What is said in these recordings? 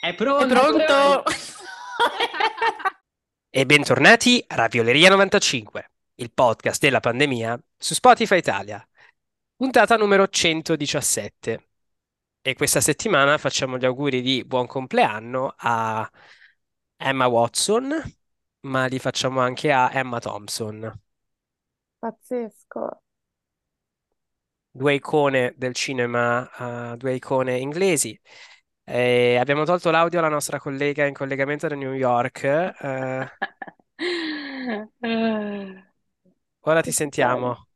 È È pronto? pronto? E bentornati a Ravioleria 95, il podcast della pandemia su Spotify Italia, puntata numero 117. E questa settimana facciamo gli auguri di buon compleanno a Emma Watson, ma li facciamo anche a Emma Thompson, Pazzesco. due icone del cinema, due icone inglesi. Abbiamo tolto l'audio alla nostra collega in collegamento da New York. Ora ti Che succede? sentiamo.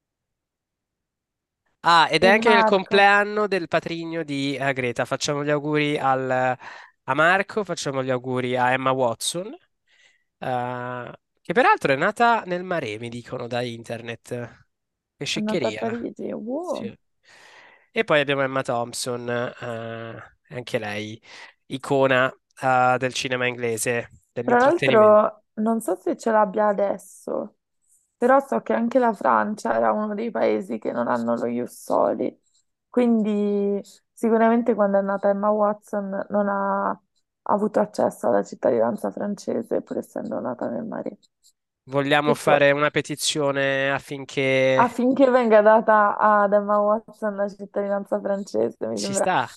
Ah, ed è Sì, anche il Marco. compleanno del patrigno di Greta. Facciamo gli auguri a Marco, facciamo gli auguri a Emma Watson, che peraltro è nata nel Mare, mi dicono da internet. Che È nata a sciccheria. Parigi. Sì. Wow. E poi abbiamo Emma Thompson, anche lei, icona, del cinema inglese, Tra dell'intrattenimento. l'altro, non so se ce l'abbia adesso, però so che anche la Francia era uno dei paesi che non hanno lo Ius Soli. Quindi sicuramente quando è nata Emma Watson non ha avuto accesso alla cittadinanza francese, pur essendo nata nel Mare. Vogliamo fare Questo una petizione affinché affinché venga data ad Emma Watson la cittadinanza francese, mi ci sembra sta?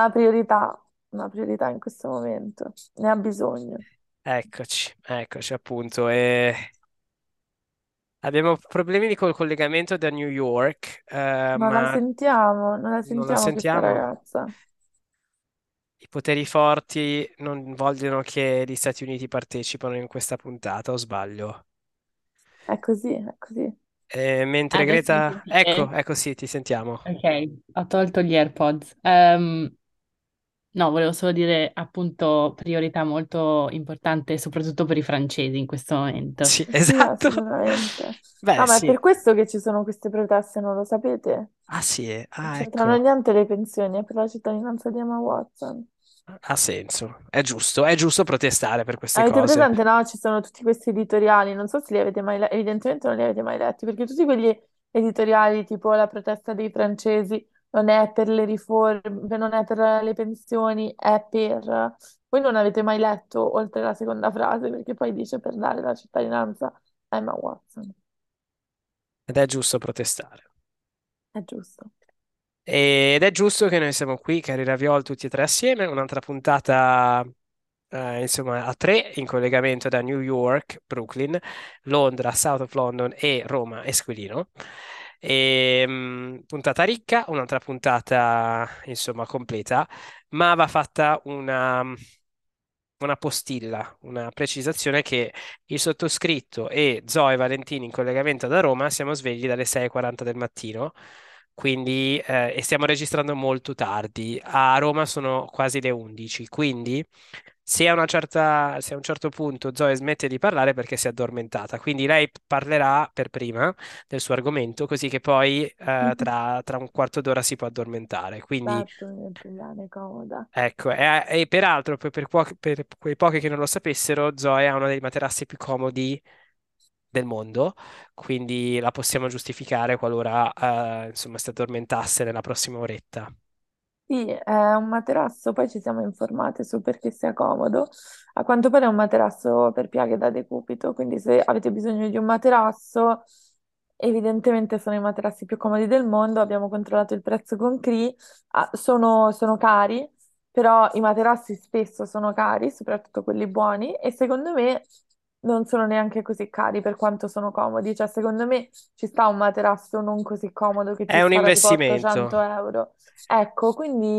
una priorità in questo momento. Ne ha bisogno. Eccoci appunto. E abbiamo problemi col collegamento da New York, ma Non la non la sentiamo questa sentiamo. ragazza. I poteri forti non vogliono che gli Stati Uniti partecipino in questa puntata, o sbaglio? È così, è così. Mentre Adesso mi Greta... Ecco, sentite? ecco sì, ti sentiamo. Ok, ho tolto gli AirPods. No, volevo solo dire appunto priorità molto importante, soprattutto per i francesi in questo momento. Sì, Sì, esatto. assolutamente. Beh, No, ma è sì. per questo che ci sono queste proteste, non lo sapete? Ah, sì, Non ah, c'entrano ecco. niente le pensioni, è per la cittadinanza di Emma Watson. Ha senso. È giusto protestare per queste Avete cose. presente, no? Ci sono tutti questi editoriali, non so se li avete mai letti, evidentemente non li avete mai letti, perché tutti quegli editoriali tipo la protesta dei francesi non è per le riforme, non è per le pensioni, è per... Voi non avete mai letto oltre la seconda frase, perché poi dice per dare la cittadinanza a Emma Watson. Ed è giusto protestare. È giusto. Ed è giusto che noi siamo qui, cari Raviol, tutti e tre assieme, un'altra puntata, insomma, a tre, in collegamento da New York, Brooklyn, Londra, South of London e Roma, Esquilino. Puntata ricca, un'altra puntata, insomma, completa, ma va fatta una postilla, una precisazione che il sottoscritto e Zoe Valentini in collegamento da Roma siamo svegli dalle 6:40 del mattino, quindi e stiamo registrando molto tardi. A Roma sono quasi le 11, quindi se a un certo punto Zoe smette di parlare perché si è addormentata, quindi lei parlerà per prima del suo argomento, così che poi tra un quarto d'ora si può addormentare. Quindi Certo, mi metto bene, comoda. ecco, e peraltro per quei pochi che non lo sapessero, Zoe ha uno dei materassi più comodi del mondo, quindi la possiamo giustificare qualora insomma si addormentasse nella prossima oretta. Sì, è un materasso, poi ci siamo informate su perché sia comodo. A quanto pare è un materasso per piaghe da decubito, quindi se avete bisogno di un materasso, evidentemente sono i materassi più comodi del mondo. Abbiamo controllato il prezzo con Cree. Ah, sono cari, però i materassi spesso sono cari, soprattutto quelli buoni, e secondo me non sono neanche così cari per quanto sono comodi. Cioè, secondo me ci sta un materasso non così comodo che È ti un spara tipo investimento. 800 euro. Ecco,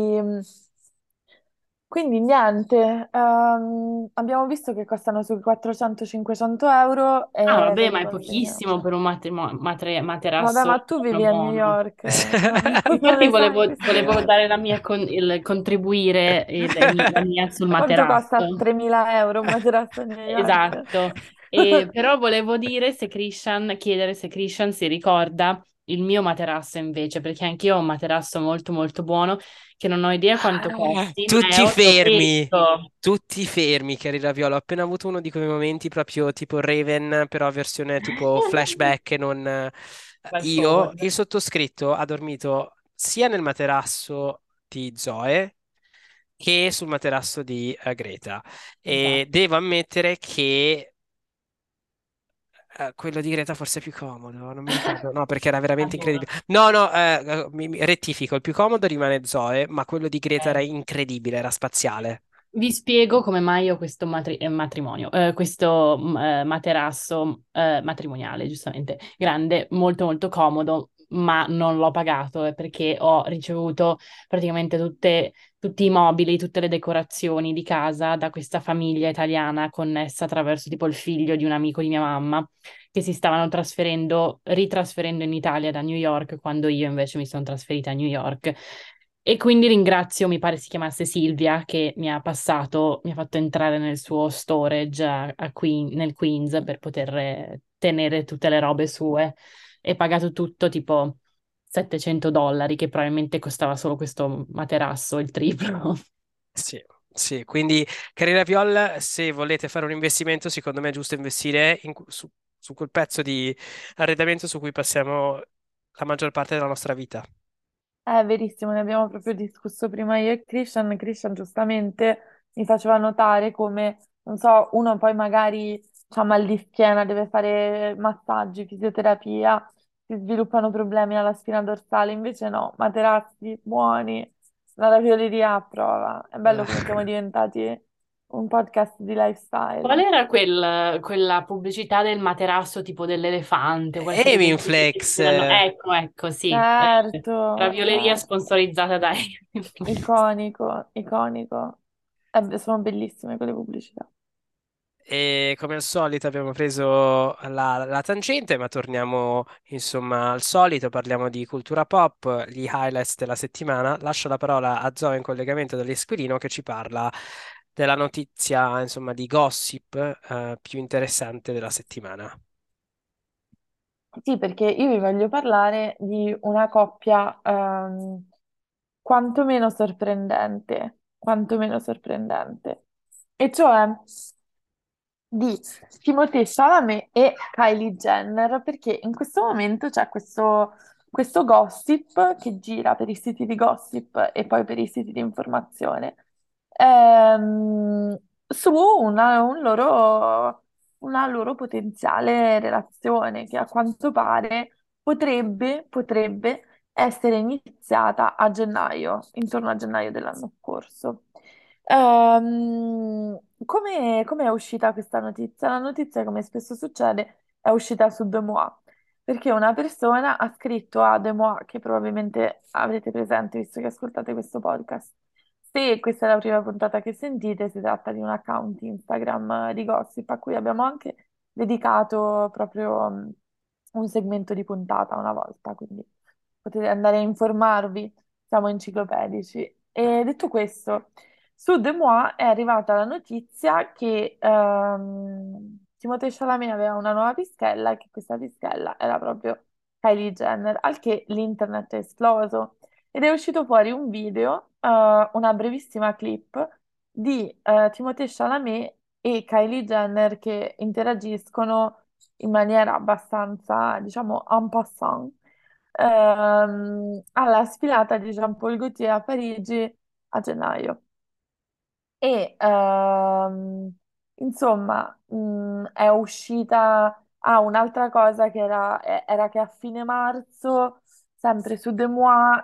quindi niente, abbiamo visto che costano sui 400-500 euro Ah, e ve vabbè, li ma è consegniamo. pochissimo per un Vabbè, materasso ma tu vivi a New buono. York, cosa Infatti ne sai volevo queste... dare la mia contribuire la mia sul Quanto costa materasso. 3.000 euro un materasso a New York? Esatto. Però volevo dire se chiedere se Christian si ricorda il mio materasso invece, perché anch'io ho un materasso molto molto buono che non ho idea quanto costi, ma è Tutti ortopedico. tutti fermi, cari Raviolo. Ho appena avuto uno di quei momenti proprio tipo Raven, però versione tipo flashback e non Flash io. forward. Il sottoscritto ha dormito sia nel materasso di Zoe che sul materasso di Greta. E Esatto. devo ammettere che quello di Greta forse è più comodo, non mi ricordo, no, perché era veramente Allora, incredibile. No, no, rettifico, il più comodo rimane Zoe, ma quello di Greta era eh, incredibile, era spaziale. vi spiego come mai ho questo matrimonio, questo materasso matrimoniale, giustamente, grande, molto molto comodo, ma non l'ho pagato perché ho ricevuto praticamente tutti i mobili, tutte le decorazioni di casa da questa famiglia italiana connessa attraverso tipo il figlio di un amico di mia mamma che si stavano ritrasferendo in Italia da New York quando io invece mi sono trasferita a New York. E quindi ringrazio, mi pare si chiamasse Silvia, che mi ha fatto entrare nel suo storage nel Queens per poter tenere tutte le robe sue e pagato tutto tipo $700, che probabilmente costava solo questo materasso, il triplo. Sì, sì, quindi Carina Viol, se volete fare un investimento, secondo me è giusto investire su quel pezzo di arredamento su cui passiamo la maggior parte della nostra vita. È verissimo, ne abbiamo proprio discusso prima io e Christian. Christian giustamente mi faceva notare come, non so, uno poi magari ha mal di schiena, deve fare massaggi, fisioterapia, si sviluppano problemi alla spina dorsale, invece no, materassi buoni, la ravioleria a prova. È bello come siamo diventati un podcast di Qual lifestyle. era quella pubblicità del materasso tipo dell'elefante o qualcosa del genere che Flex, facevano? Ecco, ecco, sì. Certo, Ravioleria certo, sponsorizzata da iconico, iconico. Sono bellissime quelle pubblicità. e come al solito abbiamo preso la tangente, ma torniamo insomma al solito, parliamo di cultura pop, gli highlights della settimana. Lascio la parola a Zoe in collegamento dall'Esquilino che ci parla della notizia, insomma, di gossip più interessante della settimana. Sì, perché io vi voglio parlare di una coppia quantomeno sorprendente, e cioè di Timothée Chalamet e Kylie Jenner, perché in questo momento c'è questo gossip che gira per i siti di gossip e poi per i siti di informazione su una loro potenziale relazione che a quanto pare potrebbe essere iniziata a gennaio, intorno a gennaio dell'anno scorso. Come è uscita questa notizia? La notizia, come spesso succede, è uscita su The Moi, perché una persona ha scritto a The Moi, che probabilmente avrete presente visto che ascoltate questo podcast. Se questa è la prima puntata che sentite, si tratta di un account Instagram di gossip a cui abbiamo anche dedicato proprio un segmento di puntata una volta, quindi potete andare a informarvi, siamo enciclopedici. E detto questo, su The Moi è arrivata la notizia che Timothée Chalamet aveva una nuova pischella e che questa pischella era proprio Kylie Jenner, al che l'internet è esploso ed è uscito fuori un video, una brevissima clip di Timothée Chalamet e Kylie Jenner che interagiscono in maniera abbastanza, diciamo, en passant, alla sfilata di Jean-Paul Gaultier a Parigi a gennaio. E insomma, è uscita. Ah, un'altra cosa che era che a fine marzo, sempre su The Moi,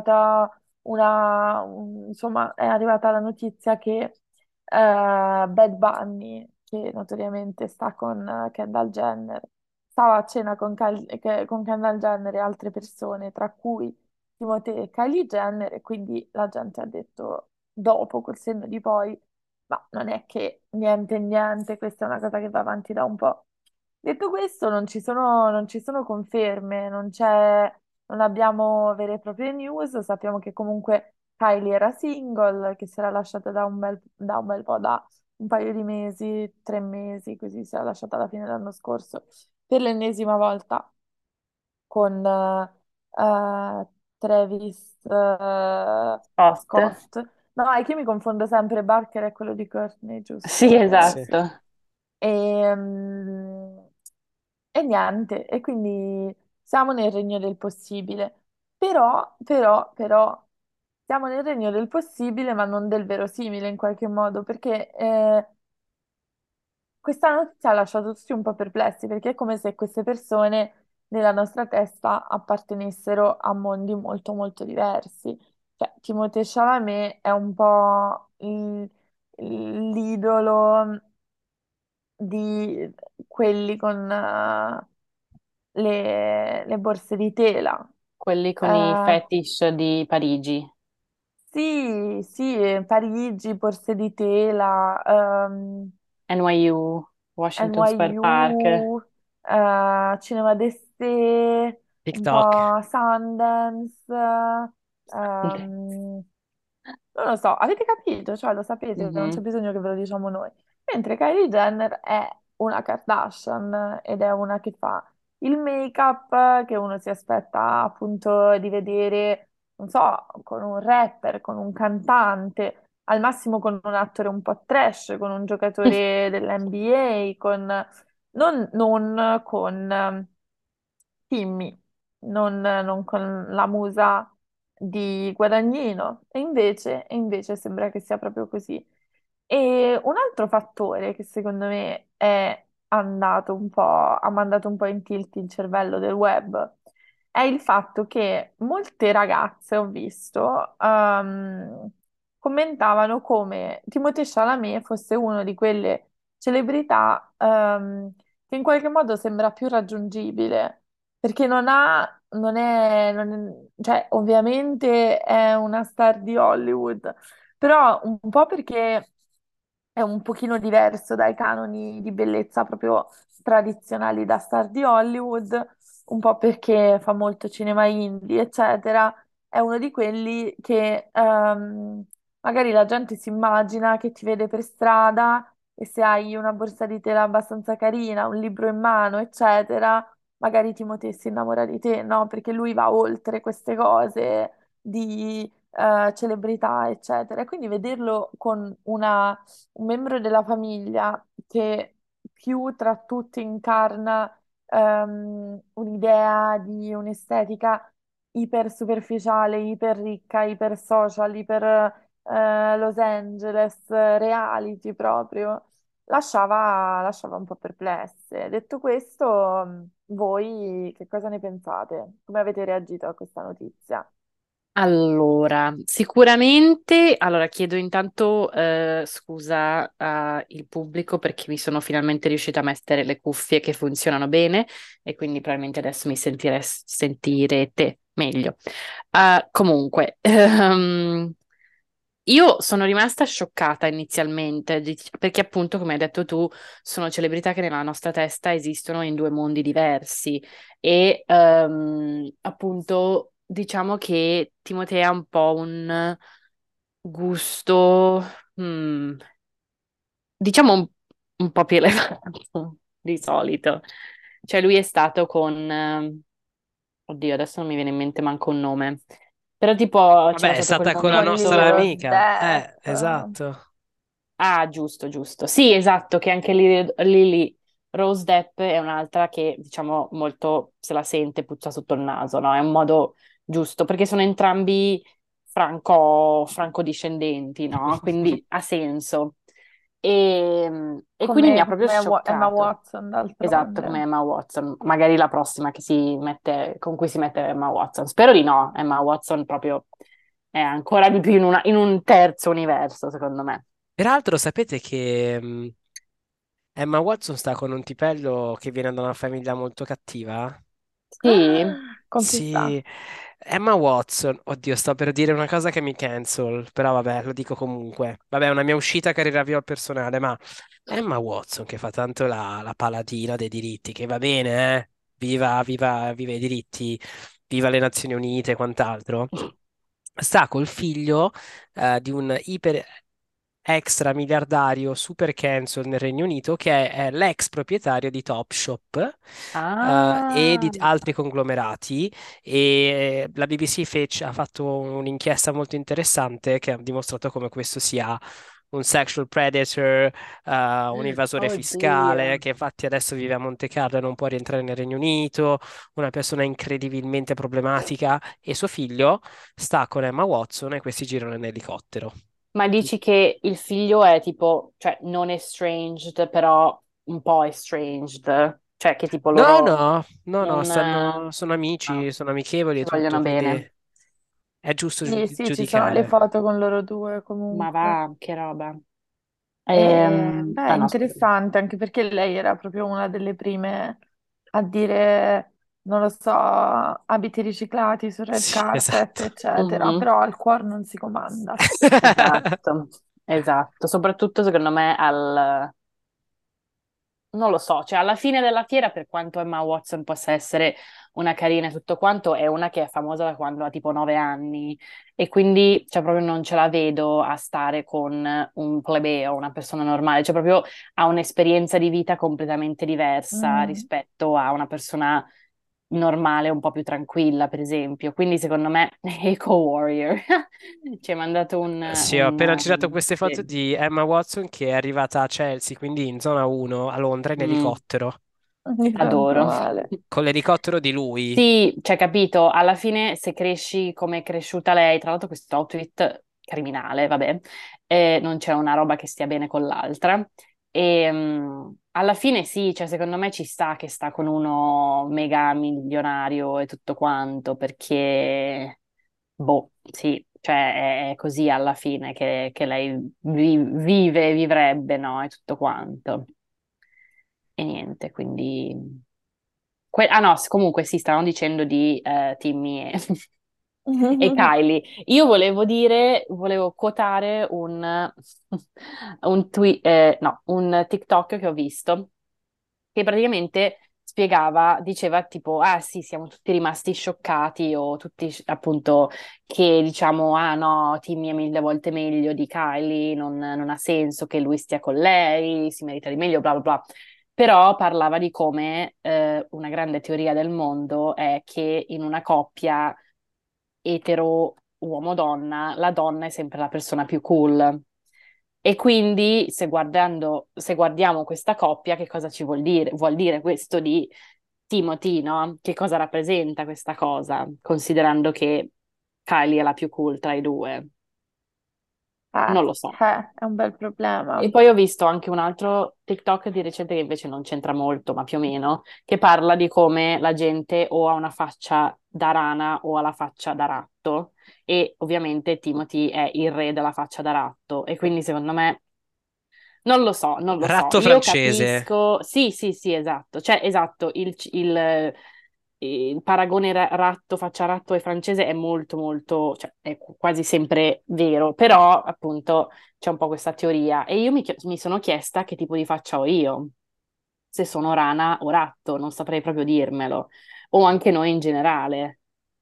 insomma, è arrivata la notizia che Bad Bunny, che notoriamente sta con Kendall Jenner, stava a cena con Kendall Jenner e altre persone, tra cui Timothée e Kylie Jenner, e quindi la gente ha detto dopo, col senno di poi, ma non è che niente, niente, questa è una cosa che va avanti da un po'. Detto questo, non ci sono conferme, non abbiamo vere e proprie news, sappiamo che comunque Kylie era single, che si era lasciata da un bel po', da un paio di mesi, 3 mesi, così si era lasciata alla fine dell'anno scorso per l'ennesima volta con Travis Hot. Scott. No, è che mi confondo sempre, Barker è quello di Courtney, Sì, giusto? Sì. esatto. E, mm, e niente, e quindi siamo nel regno del possibile. Però, siamo nel regno del possibile, ma non del verosimile in qualche modo, perché questa notizia ha lasciato tutti un po' perplessi, perché è come se queste persone nella nostra testa appartenessero a mondi molto molto diversi. Cioè, Timothée Chalamet è un po' l'idolo di quelli con le borse di tela. Quelli con i Eh, fetish di Parigi, sì, sì, Parigi, borse di tela, NYU, Washington Square Park, NYU, Cinema d'Essai, un TikTok. po' Sundance, ehm, non lo so, avete capito? Cioè lo sapete, non c'è Mhm. bisogno che ve lo diciamo noi. Mentre Kylie Jenner è una Kardashian ed è una che fa il make-up che uno si aspetta appunto di vedere, non so, con un rapper, con un cantante, al massimo con un attore un po' trash, con un giocatore dell'NBA, non con Timmy, non con la musa di Guadagnino. E invece sembra che sia proprio così. E un altro fattore che secondo me è andato un po', ha mandato un po' in tilt il cervello del web è il fatto che molte ragazze, ho visto, commentavano come Timothée Chalamet fosse uno di quelle celebrità, che in qualche modo sembra più raggiungibile, perché cioè, ovviamente è una star di Hollywood, però un po' perché è un pochino diverso dai canoni di bellezza proprio tradizionali da star di Hollywood, un po' perché fa molto cinema indie, eccetera. È uno di quelli che magari la gente si immagina che ti vede per strada e se hai una borsa di tela abbastanza carina, un libro in mano, eccetera, magari Timotei si innamora di te, no? Perché lui va oltre queste cose di celebrità, eccetera. E quindi vederlo con un membro della famiglia che più tra tutti incarna un'idea di un'estetica iper superficiale, iper ricca, iper social, iper Los Angeles, reality proprio, lasciava un po' perplesse. Detto questo, voi che cosa ne pensate? Come avete reagito a questa notizia? Allora, sicuramente, allora chiedo intanto scusa al pubblico perché mi sono finalmente riuscita a mettere le cuffie che funzionano bene e quindi probabilmente adesso mi sentirete meglio. Comunque, io sono rimasta scioccata inizialmente perché appunto, come hai detto tu, sono celebrità che nella nostra testa esistono in due mondi diversi e appunto diciamo che Timothée ha un po' un gusto, mm, diciamo un po' più elevato di solito. Cioè lui è stato con, oddio, adesso non mi viene in mente manco un nome, però tipo c'era Vabbè, è stato quel stata con la Con nostra Lily momento. Rose amica. Depp. Esatto. Ah, giusto, giusto. Sì, esatto, che anche Lily Rose Depp è un'altra che, diciamo, molto se la sente, puzza sotto il naso, no? È un modo giusto, perché sono entrambi francodiscendenti, no? Quindi ha senso. E quindi mi ha proprio Emma scioccato. Watson, Esatto, come d'altronde. Emma Watson. Magari la prossima che si mette, con cui si mette Emma Watson. Spero di no, Emma Watson proprio è ancora di più in un terzo universo, secondo me. Peraltro, sapete che Emma Watson sta con un tipello che viene da una famiglia molto cattiva? Sì? Con chi sta? Sì, Emma Watson. Oddio, sto per dire una cosa che mi cancel, però vabbè, lo dico comunque. Vabbè, è una mia uscita carriera via personale, ma Emma Watson che fa tanto la paladina dei diritti, che va bene, eh? Viva, viva, viva i diritti, viva le Nazioni Unite e quant'altro. Sta col figlio di un iper extra miliardario super cancel nel Regno Unito che è l'ex proprietario di Topshop e di Ah, altri conglomerati e la BBC ha fatto un'inchiesta molto interessante che ha dimostrato come questo sia un sexual predator, un invasore fiscale, Oddio. che infatti adesso vive a Monte Carlo e non può rientrare nel Regno Unito, una persona incredibilmente problematica, e suo figlio sta con Emma Watson e questi girano in elicottero. Ma dici che il figlio è tipo, cioè non estranged, però un po' estranged, cioè che tipo No, loro no, no, no, non sono amici, sono amichevoli si e tutto, vogliono quindi bene. è giusto Sì, sì, ci sono le giudicare. foto con loro due Ma comunque. va, che roba. Beh, è Ah no, scusa. interessante anche perché lei era proprio una delle prime a dire, non lo so, abiti riciclati su red Sì, carpet, esatto. eccetera, Mhm. però al cuore non si comanda. Esatto, esatto. Soprattutto secondo me non lo so, cioè alla fine della fiera, per quanto Emma Watson possa essere una carina e tutto quanto, è una che è famosa da quando ha tipo 9 anni e quindi cioè, proprio non ce la vedo a stare con un plebeo, una persona normale, cioè proprio ha un'esperienza di vita completamente diversa Mm. rispetto a una persona normale, un po' più tranquilla, per esempio. Quindi secondo me Eco Warrior ci hai mandato Sì, ho appena girato queste foto sì. di Emma Watson che è arrivata a Chelsea, quindi in zona 1 a Londra in Mm, elicottero, Mi sento adoro. male. con l'elicottero di lui. Sì, cioè, capito, alla fine se cresci come è cresciuta lei, tra l'altro questo outfit criminale, vabbè, non c'è una roba che stia bene con l'altra. E alla fine sì, cioè, secondo me ci sta che sta con uno mega milionario e tutto quanto, perché, boh, sì, cioè è così alla fine che lei vive, vivrebbe, no? E tutto quanto. E niente, quindi... Ah no, comunque sì, stavamo dicendo di Timmy e Kylie. Io volevo dire, volevo quotare no, un TikTok che ho visto che praticamente spiegava, diceva tipo, ah sì, siamo tutti rimasti scioccati o tutti appunto che diciamo, ah no, Timmy è mille volte meglio di Kylie, non ha senso che lui stia con lei, si merita di meglio, bla bla bla. Però parlava di come una grande teoria del mondo è che in una coppia etero uomo-donna, la donna è sempre la persona più cool. E quindi se guardiamo questa coppia, che cosa ci vuol dire? Vuol dire questo di Timothy, no? Che cosa rappresenta questa cosa, considerando che Kylie è la più cool tra i due? Non lo so. È un bel E problema. poi ho visto anche un altro TikTok di recente che invece non c'entra molto, ma più o meno, che parla di come la gente o ha una faccia da rana o ha la faccia da ratto. E ovviamente Timothy è il re della faccia da ratto. E quindi secondo me, non lo so, non lo so. Ratto Io francese. capisco, sì, sì, sì, esatto. Cioè, esatto, il paragone ratto, faccia ratto e francese è molto, molto, cioè è quasi sempre vero, però appunto c'è un po' questa teoria e io mi sono chiesta che tipo di faccia ho io, se sono rana o ratto, non saprei proprio dirmelo, o anche noi in generale.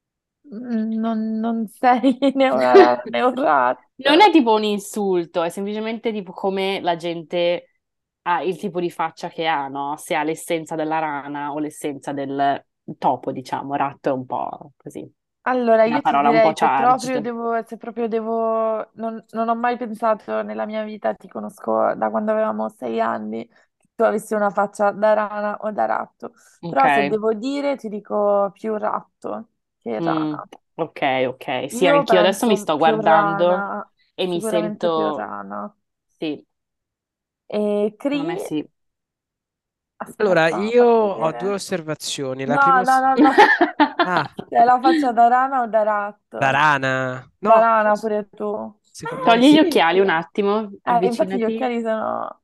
Non sei né una rana né un Non è ratto. tipo un insulto, è semplicemente tipo come la gente ha il tipo di faccia che ha, no? Se ha l'essenza della rana o l'essenza del topo, diciamo, ratto è un po' così, Allora, una io ti parola un po' direi charged. se proprio devo, non ho mai pensato nella mia vita, ti conosco da quando avevamo 6 anni, che tu avessi una faccia da rana o da ratto. Ok. Però se devo dire, ti dico più ratto che Mm, rana. ok, ok. Sì, Io anch'io adesso mi penso sto più guardando rana, e mi sicuramente più sento, rana. sì, E secondo me Cree, sì. Allora, aspetta, io fammi ho due vedere. osservazioni. La prima... No, no, no, no. Ah, Se la faccia da rana o da da ratto? rana. Da No, rana pure tu. secondo me Togli gli sì. occhiali un attimo, Infatti gli avvicinati. occhiali sono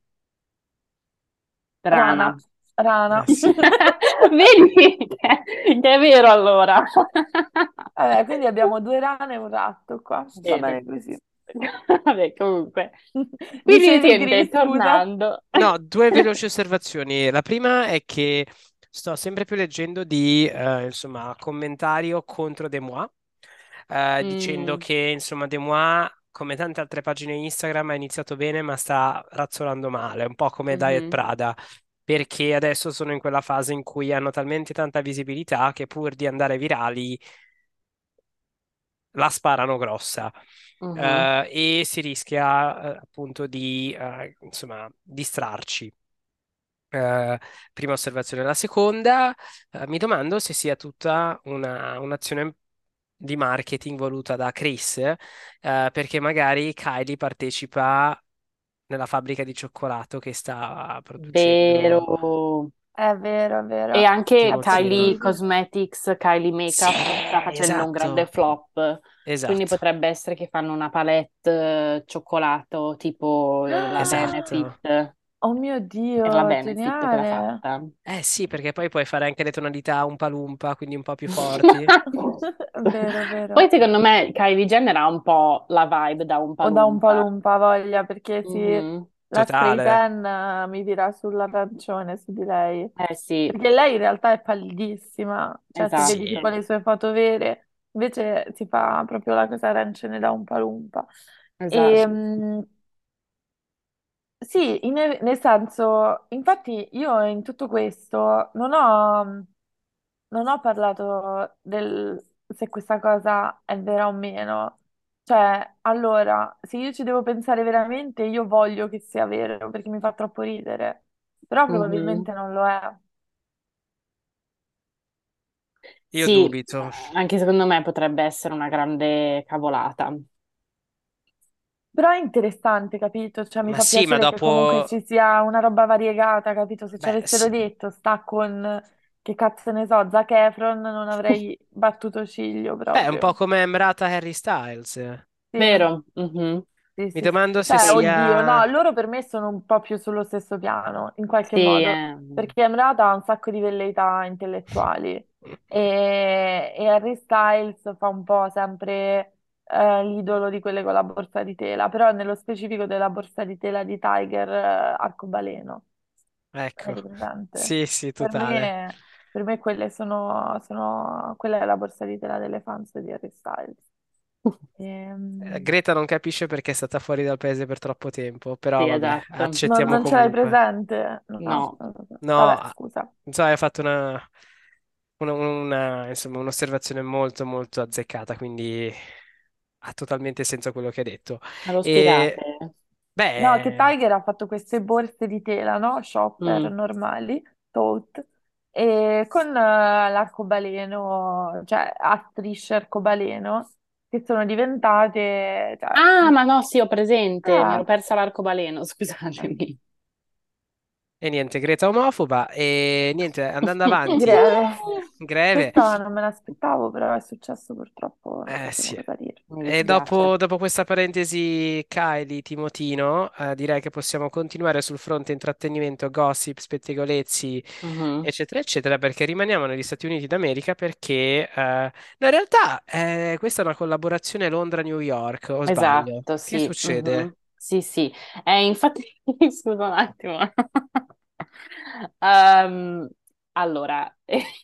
Rana. rana, rana. Sì. Vedi che è vero allora. Vabbè, quindi abbiamo due rane e un ratto qua. Va Bene. bene così. Vabbè, comunque. Quindi, Dicevi, niente, Cris, scusa? tornando. No, due veloci osservazioni. La prima è che sto sempre più leggendo di, insomma, commentario contro De Moi, dicendo Mm, che, insomma, De Moi, come tante altre pagine Instagram, ha iniziato bene, ma sta razzolando male, un po' come Diet mhm. Prada, perché adesso sono in quella fase in cui hanno talmente tanta visibilità che pur di andare virali la sparano grossa. Mhm. E si rischia appunto di insomma distrarci. Prima osservazione. La seconda, mi domando se sia tutta un'azione di marketing voluta da Chris, perché magari Kylie partecipa nella fabbrica di cioccolato che sta producendo Vero. è E vero, anche è Kylie Timotino. possibile. Cosmetics, Kylie Sì, Makeup sta facendo un grande esatto, flop, quindi esatto, potrebbe essere che fanno una palette cioccolato tipo la esatto. Benefit. Oh mio Era la Dio, Benefit che l'ha geniale! fatta. Eh sì, perché poi puoi fare anche le tonalità un palumpa, quindi un po' più forti. È vero, è Poi vero. secondo me Kylie Jenner ha un po' la vibe da un O da un palumpa. palumpa voglia, perché sì, Mhm. la spray Totale. tan mi tira sull'arancione su di lei. Eh sì, Perché lei in realtà è pallidissima, cioè se vedi Sì, tipo esatto, le sue foto vere, invece si fa proprio la cosa arancione da un palumpa. E, esatto. sì, nel senso, infatti io in tutto questo non ho parlato del se questa cosa è vera o meno. Cioè, allora, se io ci devo pensare veramente, io voglio che sia vero perché mi fa troppo ridere, però Mhm. probabilmente non lo è. io Sì, dubito. anche secondo me potrebbe essere una grande cavolata. Però è interessante, capito? Cioè, mi Ma fa sì, ma piacere che comunque dopo... ci sia una roba variegata, capito? Se ci Beh, avessero sì. detto sta con, che cazzo ne so, Zac Efron, non avrei battuto ciglio Beh, è un po' proprio. come Emrata Harry Styles. Sì. Vero? Mhm. Sì, Mi sì, sì. domando se Beh, oddio, sia... no, loro per me sono un po' più sullo stesso piano, in qualche Sì, modo, perché Emrata ha un sacco di velleità intellettuali e Harry Styles fa un po' sempre l'idolo di quelle con la borsa di tela, però nello specifico della borsa di tela di Tiger arcobaleno, Ecco, hai presente? sì, sì, Per totale. per me quelle quella è la borsa di tela delle fans di Harry Styles. Ehm, Greta non capisce perché è stata fuori dal paese per troppo tempo, però sì, vabbè, esatto. accettiamo Non ce l'hai comunque. presente? No, No. No, vabbè, scusa. Zoe ha fatto insomma, un'osservazione molto, molto azzeccata, quindi ha totalmente senso quello che ha detto. Me lo E, spiegate? No, che beh, Tiger ha fatto queste borse di tela, no? Shopper Mm. normali, tote, e con l'arcobaleno, cioè a strisce arcobaleno, che sono diventate, cioè, Ah, ma no, sì, ho presente. Mi ero ah, persa l'arcobaleno, scusatemi. e niente, Greta omofoba, e niente, andando avanti, greve. greve. Questa non me l'aspettavo, però è successo purtroppo, non Eh sapevo sì. cosa dire. Mi E dispiace. dopo questa parentesi Kylie, Timotino, direi che possiamo continuare sul fronte intrattenimento, gossip, spettegolezzi, Mhm. eccetera, eccetera, perché rimaniamo negli Stati Uniti d'America perché, no, in realtà questa è una collaborazione Londra-New York, o sbaglio? Esatto, Che sì. succede? Mhm. Sì, sì. Infatti, scusa un attimo. Ehm, allora,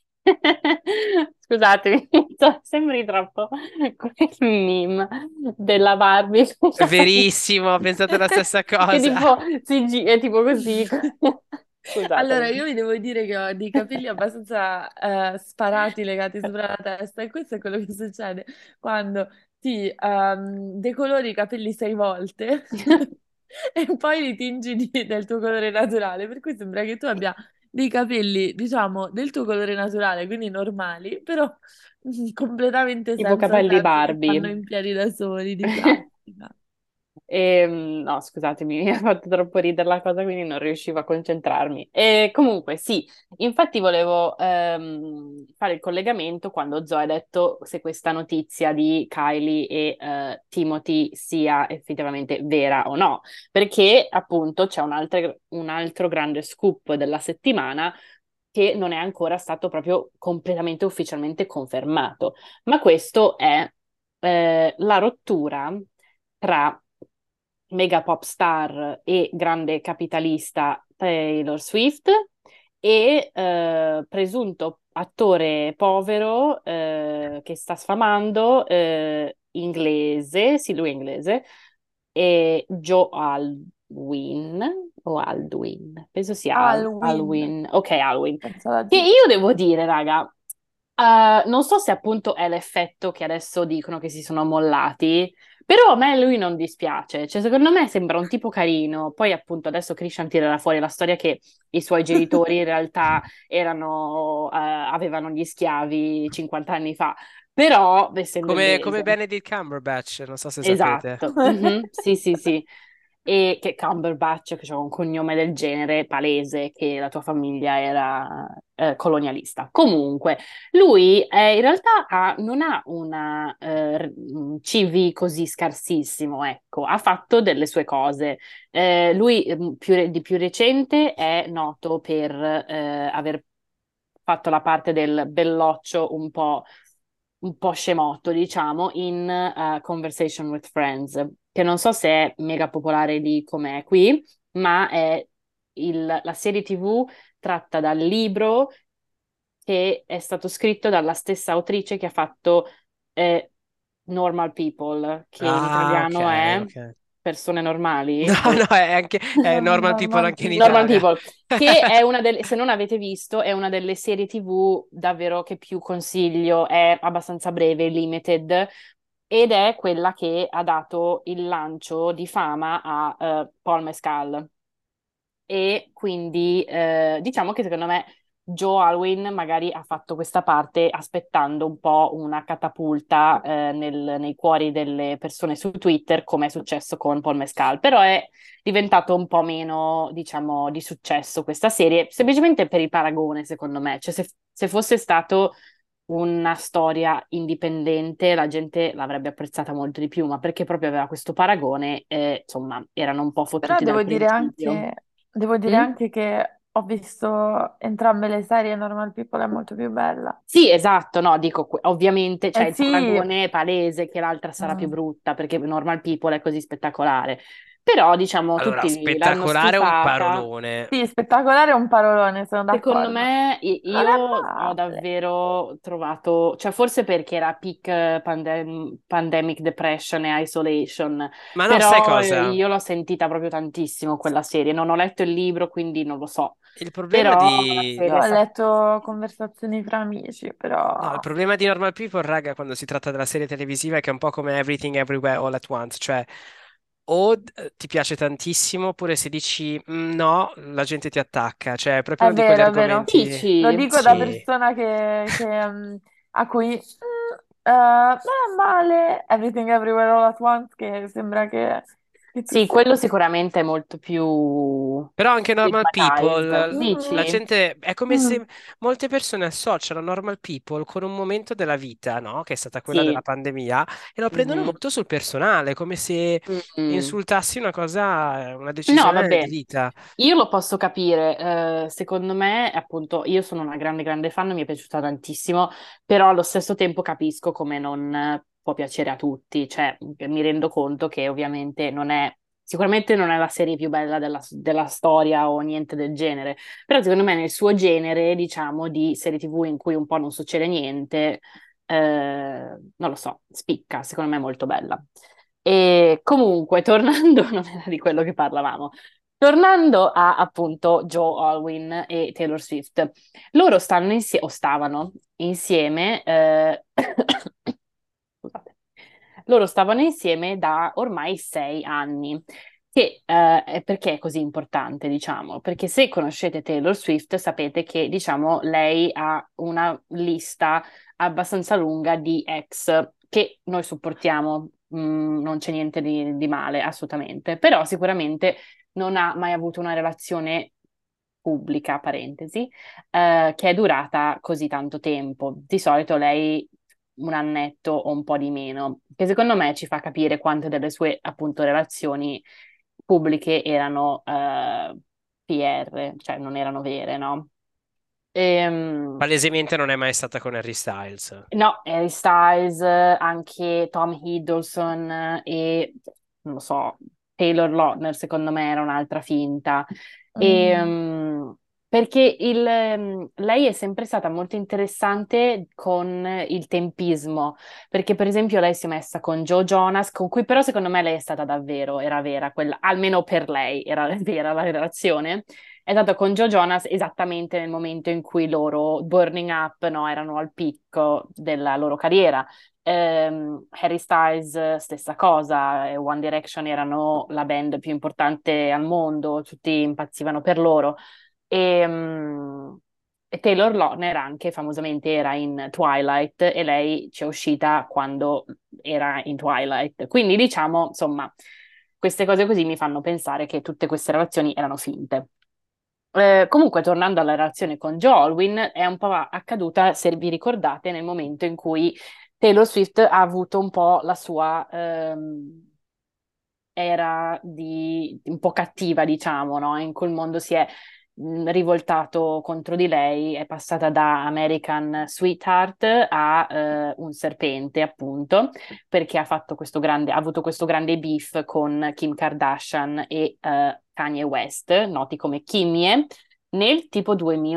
scusatemi, sembri troppo quel meme della Barbie, scusate, Verissimo, ho pensato la stessa che cosa. tipo è tipo così. Allora, Scusatemi. io vi devo dire che ho dei capelli abbastanza sparati legati sopra la testa e questo è quello che succede quando ti decolori i capelli 6 volte e poi li tingi del tuo colore naturale, per cui sembra che tu abbia dei capelli, diciamo, del tuo colore naturale, quindi normali, però completamente Tipo senza capelli senso, che stanno Barbie. in piedi da soli, di plastica. No, scusatemi, mi ha fatto troppo ridere la cosa, quindi non riuscivo a concentrarmi. E comunque, sì, infatti volevo fare il collegamento quando Zoe ha detto se questa notizia di Kylie e Timothy sia effettivamente vera o no, perché appunto c'è un altro grande scoop della settimana che non è ancora stato proprio completamente ufficialmente confermato, ma questo è la rottura tra mega pop star e grande capitalista Taylor Swift e presunto attore povero che sta sfamando inglese, sì, lui è inglese, e Joe Alwyn o Aldwin, penso sia Halloween, Alwyn, ok, Alwyn, penso la che D. io devo dire, raga. Non so se appunto è l'effetto che adesso dicono che si sono mollati, però a me lui non dispiace, cioè secondo me sembra un tipo carino. Poi appunto adesso Christian tirerà fuori la storia che i suoi genitori in realtà avevano gli schiavi 50 anni fa, però essendo Come inglese. Benedict Cumberbatch, non so se sapete. Esatto, mhm, sì, sì, sì. E che Cumberbatch, che c'ha un cognome del genere, palese che la tua famiglia era colonialista. Comunque, lui in realtà non ha un CV così scarsissimo, ecco, ha fatto delle sue cose. Lui di più recente è noto per aver fatto la parte del belloccio un po' scemotto, diciamo, in Conversation with Friends, che non so se è mega popolare lì come è qui, ma è la serie TV tratta dal libro che è stato scritto dalla stessa autrice che ha fatto eh, Normal People, che in Ah, ok, italiano è ok. Persone No, Normali, no, boh. è Normal People Normal anche in people. Normal Italia. People, che è una delle, se non avete visto, è una delle serie TV davvero che più consiglio, è abbastanza breve, limited, ed è quella che ha dato il lancio di fama a Paul Mescal. E quindi diciamo che secondo me Joe Alwyn magari ha fatto questa parte aspettando un po' una catapulta nei cuori delle persone su Twitter, come è successo con Paul Mescal, però è diventato un po' meno, diciamo, di successo questa serie, semplicemente per il paragone, secondo me. Cioè, se fosse stato una storia indipendente, la gente l'avrebbe apprezzata molto di più, ma perché proprio aveva questo paragone, insomma, erano un po' Però fottuti dal principio. devo dire Mm? anche che ho visto entrambe le serie, Normal People è molto più bella. Sì, esatto, no, dico, ovviamente, cioè Eh il sì, paragone è palese che l'altra sarà più mm, brutta perché Normal People è così spettacolare, però diciamo Allora, tutti l'hanno spettacolare è un schifata. parolone. sì, spettacolare è un parolone, sono Secondo d'accordo. me Non io è ho male. davvero trovato, cioè forse perché era peak pandemic depression e isolation, Ma no, sai però cosa? io l'ho sentita proprio tantissimo quella serie, non ho letto il libro quindi non lo so, Il problema però la di... Io serie è ho stata... letto conversazioni fra amici, No, il però problema di Normal People, raga, quando si tratta della serie televisiva è che è un po' come Everything Everywhere All at Once, cioè o ti piace tantissimo oppure se dici no, la gente ti attacca, cioè è proprio uno di quegli è vero. argomenti... Lo Dici? dico da Sì. persona a cui non è male Everything Everywhere All at Once, che sembra che tu Sì, sia quello così. sicuramente è molto più Però anche Normal stigmatized. People, la Mm, Dici? gente è come mm, se molte persone associano Normal People con un momento della vita, no? Che è stata quella della Sì. pandemia, e lo prendono Mhm. molto sul personale, come se Mm. insultassi una cosa, una No, decisione di vabbè, vita. io lo posso capire. Secondo me, appunto, io sono una grande, grande fan, mi è piaciuta tantissimo, però allo stesso tempo capisco come non può piacere a tutti. Cioè, mi rendo conto che ovviamente sicuramente non è la serie più bella della storia o niente del genere, però secondo me nel suo genere, diciamo, di serie TV in cui un po' non succede niente, non lo so, spicca, secondo me è molto bella. E comunque, tornando, non era di quello che parlavamo, tornando a appunto Joe Alwyn e Taylor Swift, loro stanno insieme, o stavano insieme, scusate, loro stavano insieme da ormai 6 anni. Che, perché è così importante, diciamo? Perché se conoscete Taylor Swift sapete che, diciamo, lei ha una lista abbastanza lunga di ex che noi supportiamo, non c'è niente di male, assolutamente, però sicuramente non ha mai avuto una relazione pubblica, parentesi, che è durata così tanto tempo. Di solito lei un annetto o un po' di meno, che secondo me ci fa capire quante delle sue appunto relazioni pubbliche erano PR, cioè non erano vere, no? Ehm, Palesemente non è mai stata con Harry Styles. no, Harry Styles, anche Tom Hiddleston e non lo so, Taylor Lautner secondo me era un'altra finta. mm. Perché lei è sempre stata molto interessante con il tempismo, perché per esempio lei si è messa con Joe Jonas, con cui però secondo me lei è stata davvero, era vera, quella, almeno per lei era vera la relazione. è stato con Joe Jonas esattamente nel momento in cui loro, Burning Up, no, erano al picco della loro carriera. Harry Styles, stessa cosa, e One Direction erano la band più importante al mondo, tutti impazzivano per loro. E, e Taylor Lautner anche famosamente era in Twilight e lei ci è uscita quando era in Twilight. Quindi diciamo, insomma, queste cose così mi fanno pensare che tutte queste relazioni erano finte. Comunque, tornando alla relazione con Joe Alwyn, è un po' accaduta, se vi ricordate, nel momento in cui Taylor Swift ha avuto un po' la sua era un po' cattiva, diciamo, no? In cui il mondo si è rivoltato contro di lei, è passata da American Sweetheart a un serpente, appunto, perché ha avuto questo grande beef con Kim Kardashian e Kanye West, noti come Kimye, nel tipo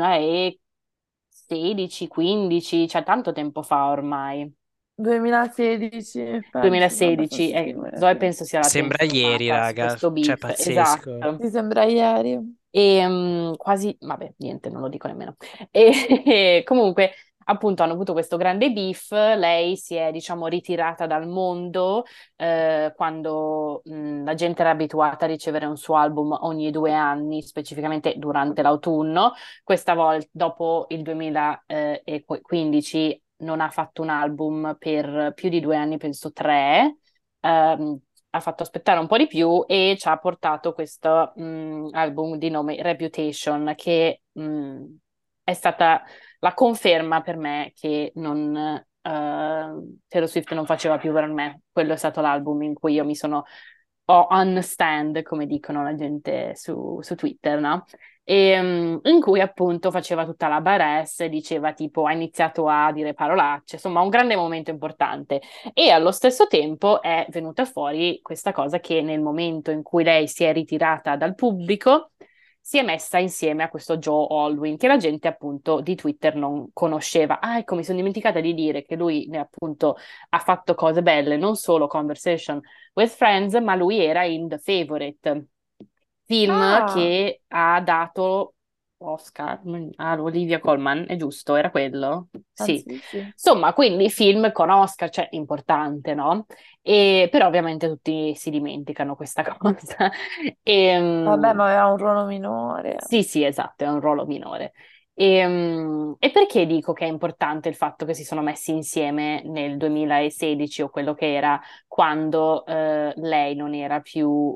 2016-15, cioè tanto tempo fa ormai. 2016, penso, sono 2016, abbastanza sicura, Zoe sì. penso sia la tua Sembra ieri, informata su raga, questo cioè beef, pazzesco. esatto. Ti sembra ieri? E quasi, vabbè, niente, non lo dico nemmeno. E comunque, appunto, hanno avuto questo grande beef. Lei si è, diciamo, ritirata dal mondo quando la gente era abituata a ricevere un suo album ogni 2 anni, specificamente durante l'autunno. Questa volta, dopo il 2015, non ha fatto un album per più di 2 anni, penso tre. Ehm, Ha fatto aspettare un po' di più e ci ha portato questo album di nome Reputation, che è stata la conferma per me che Taylor Swift non faceva più per me. Quello è stato l'album in cui io ho unstand, come dicono la gente su Twitter, no? In cui appunto faceva tutta la baresse, diceva tipo ha iniziato a dire parolacce, insomma un grande momento importante. E allo stesso tempo è venuta fuori questa cosa che nel momento in cui lei si è ritirata dal pubblico, si è messa insieme a questo Joe Alwyn, che la gente appunto di Twitter non conosceva. Ah, ecco, mi sono dimenticata di dire che lui appunto ha fatto cose belle, non solo Conversation with Friends, ma lui era in The Favourite, film Ah, che ha dato Oscar a Olivia Colman, è giusto? Era quello? Sì. penso di sì. Insomma, quindi film con Oscar, cioè importante, no? Però ovviamente tutti si dimenticano questa cosa. Vabbè, E, ma aveva un ruolo minore. sì, sì, esatto, è un ruolo minore. E perché dico che è importante il fatto che si sono messi insieme nel 2016 o quello che era quando lei non era più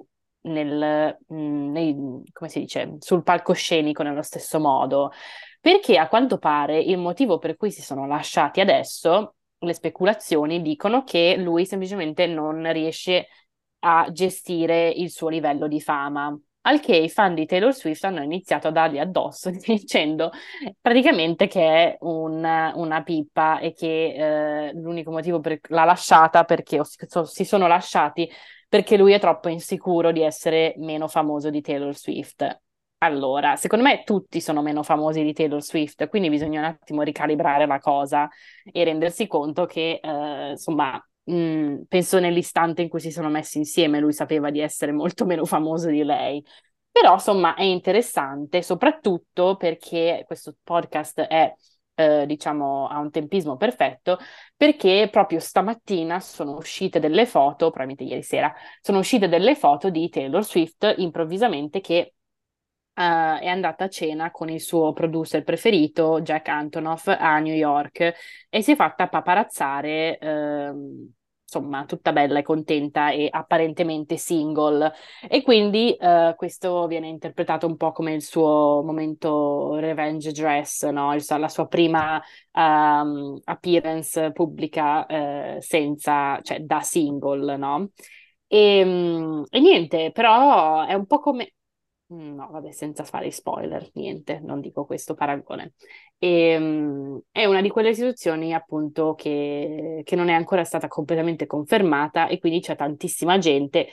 come si dice, sul palcoscenico nello stesso modo? Perché a quanto pare il motivo per cui si sono lasciati adesso, le speculazioni dicono che lui semplicemente non riesce a gestire il suo livello di fama. Al che i fan di Taylor Swift hanno iniziato a dargli addosso dicendo praticamente che è una pippa e che l'unico motivo per l'ha lasciata perché si sono lasciati perché lui è troppo insicuro di essere meno famoso di Taylor Swift. Allora, secondo me tutti sono meno famosi di Taylor Swift, quindi bisogna un attimo ricalibrare la cosa e rendersi conto che, insomma, penso nell'istante in cui si sono messi insieme, lui sapeva di essere molto meno famoso di lei. Però, insomma, è interessante, soprattutto perché questo podcast è, diciamo, ha un tempismo perfetto, perché proprio stamattina sono uscite delle foto, probabilmente ieri sera, sono uscite delle foto di Taylor Swift improvvisamente che è andata a cena con il suo producer preferito, Jack Antonoff, a New York e si è fatta paparazzare, insomma, tutta bella e contenta e apparentemente single. E quindi questo viene interpretato un po' come il suo momento revenge dress, no? La sua prima appearance pubblica cioè da single, no? E niente, però è un po' come. No, vabbè, senza fare spoiler, niente, non dico questo paragone. È una di quelle situazioni, appunto, che non è ancora stata completamente confermata e quindi c'è tantissima gente che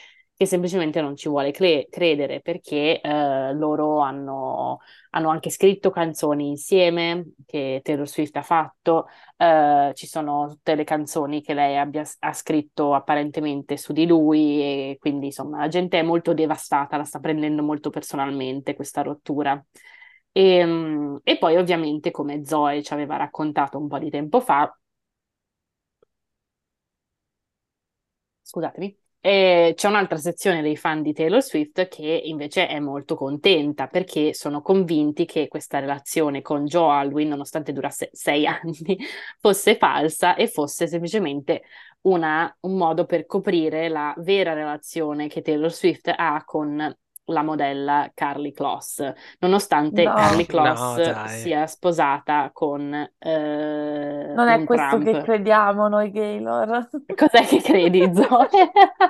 che semplicemente non ci vuole credere perché loro hanno anche scritto canzoni insieme che Taylor Swift ha fatto, ci sono tutte le canzoni che lei ha scritto apparentemente su di lui e quindi insomma la gente è molto devastata, la sta prendendo molto personalmente questa rottura. E poi ovviamente come Zoe ci aveva raccontato un po' di tempo fa, scusatemi. E c'è un'altra sezione dei fan di Taylor Swift che invece è molto contenta perché sono convinti che questa relazione con Joe Alwyn, nonostante durasse 6 anni, fosse falsa e fosse semplicemente un modo per coprire la vera relazione che Taylor Swift ha con la modella Carly Kloss, nonostante Carly No, No, Kloss dai. sia sposata con non è un questo che Trump. crediamo noi Gaylor. Cos'è che credi, Zoe?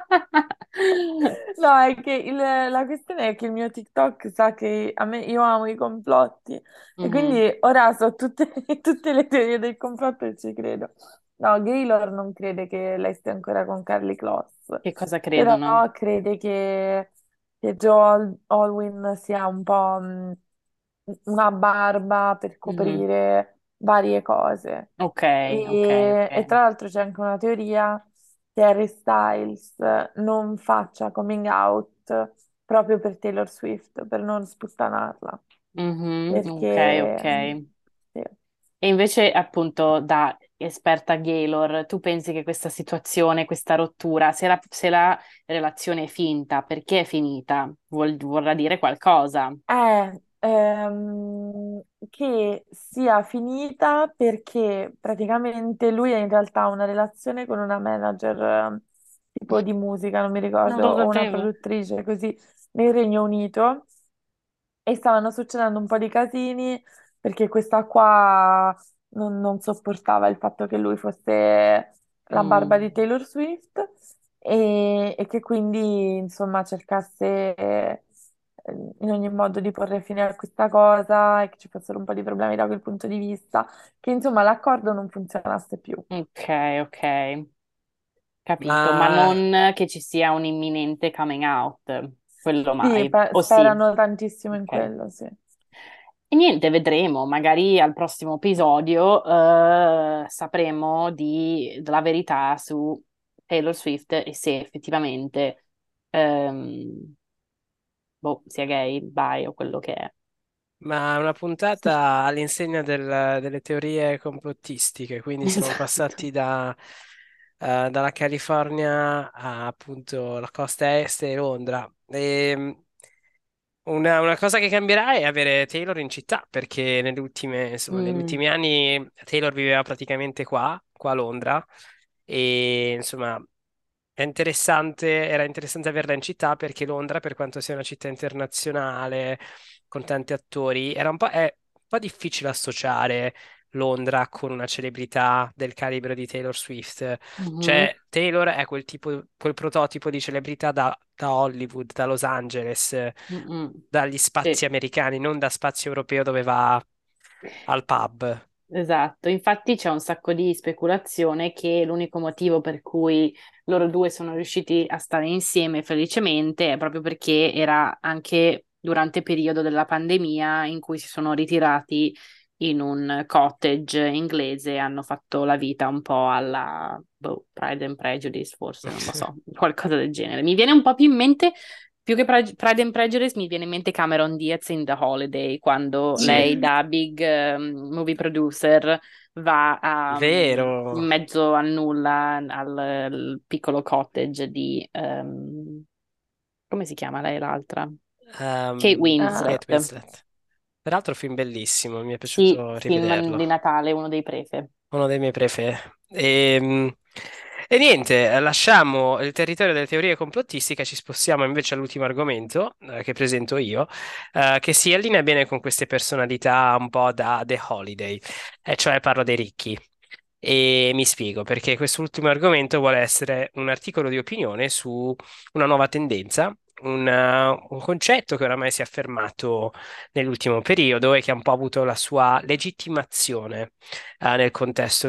No, è che la questione è che il mio TikTok sa che io amo i complotti e Mhm. quindi ora so tutte, tutte le teorie del complotto e ci credo. No, Gaylor non crede che lei stia ancora con Carly Kloss, Che cosa però credono? crede che Joe Alwyn sia un po' una barba per Mhm. coprire varie cose. Ok, ok, E ok. tra l'altro c'è anche una teoria che Harry Styles non faccia coming out proprio per Taylor Swift, per non sputtanarla. Mhm, ok, ok. Perché sì. E invece, appunto, da esperta Gaylor, tu pensi che questa situazione, questa rottura, se la relazione è finta, perché è finita? Vorrà dire qualcosa. Che sia finita perché praticamente lui ha in realtà una relazione con una manager tipo di musica, non mi Non ricordo, lo o una sapevo. produttrice così nel Regno Unito e stavano succedendo un po' di casini perché questa qua non sopportava il fatto che lui fosse la barba di Mm, Taylor Swift e che quindi insomma cercasse in ogni modo di porre fine a questa cosa e che ci fossero un po' di problemi da quel punto di vista, che insomma l'accordo non funzionasse più. ok, ok. Capito, ma Ma non che ci sia un imminente coming out, quello Sì, mai. O sì? sperano tantissimo in Ok. quello, sì. E niente, vedremo, magari al prossimo episodio sapremo della verità su Taylor Swift e se effettivamente ehm, sia gay, bi o quello che è. Ma una puntata all'insegna delle teorie complottistiche, quindi siamo Esatto. passati dalla California a appunto la costa est e Londra. Una cosa che cambierà è avere Taylor in città, perché insomma, negli Mm, ultimi anni Taylor viveva praticamente qua a Londra, e insomma era interessante averla in città perché Londra, per quanto sia una città internazionale, con tanti attori, è un po' difficile associare Londra con una celebrità del calibro di Taylor Swift. mhm, Cioè, Taylor è quel prototipo di celebrità da Hollywood, da Los Angeles, mm. dagli Sì. spazi americani, non da spazio europeo dove va al pub. Esatto, infatti c'è un sacco di speculazione che l'unico motivo per cui loro due sono riusciti a stare insieme felicemente è proprio perché era anche durante il periodo della pandemia in cui si sono ritirati in un cottage inglese e hanno fatto la vita un po' alla Pride and Prejudice, forse, non lo so, qualcosa del genere. Mi viene un po' più in mente più che Pride and Prejudice mi viene in mente Cameron Diaz in The Holiday, quando Sì, lei da big movie producer va in vero. mezzo al nulla al piccolo cottage di come si chiama lei l'altra? Kate Ah, Kate Winslet. Winslet. Peraltro film bellissimo, mi è Sì, piaciuto film rivederlo. di Natale, uno dei prefe. Uno dei miei prefe. E niente, lasciamo il territorio delle teorie complottistiche, ci spostiamo invece all'ultimo argomento che presento io, che si allinea bene con queste personalità un po' da The Holiday, e cioè parlo dei ricchi. E mi spiego, perché quest'ultimo argomento vuole essere un articolo di opinione su una nuova tendenza, un concetto che oramai si è affermato nell'ultimo periodo e che ha un po' avuto la sua legittimazione nel contesto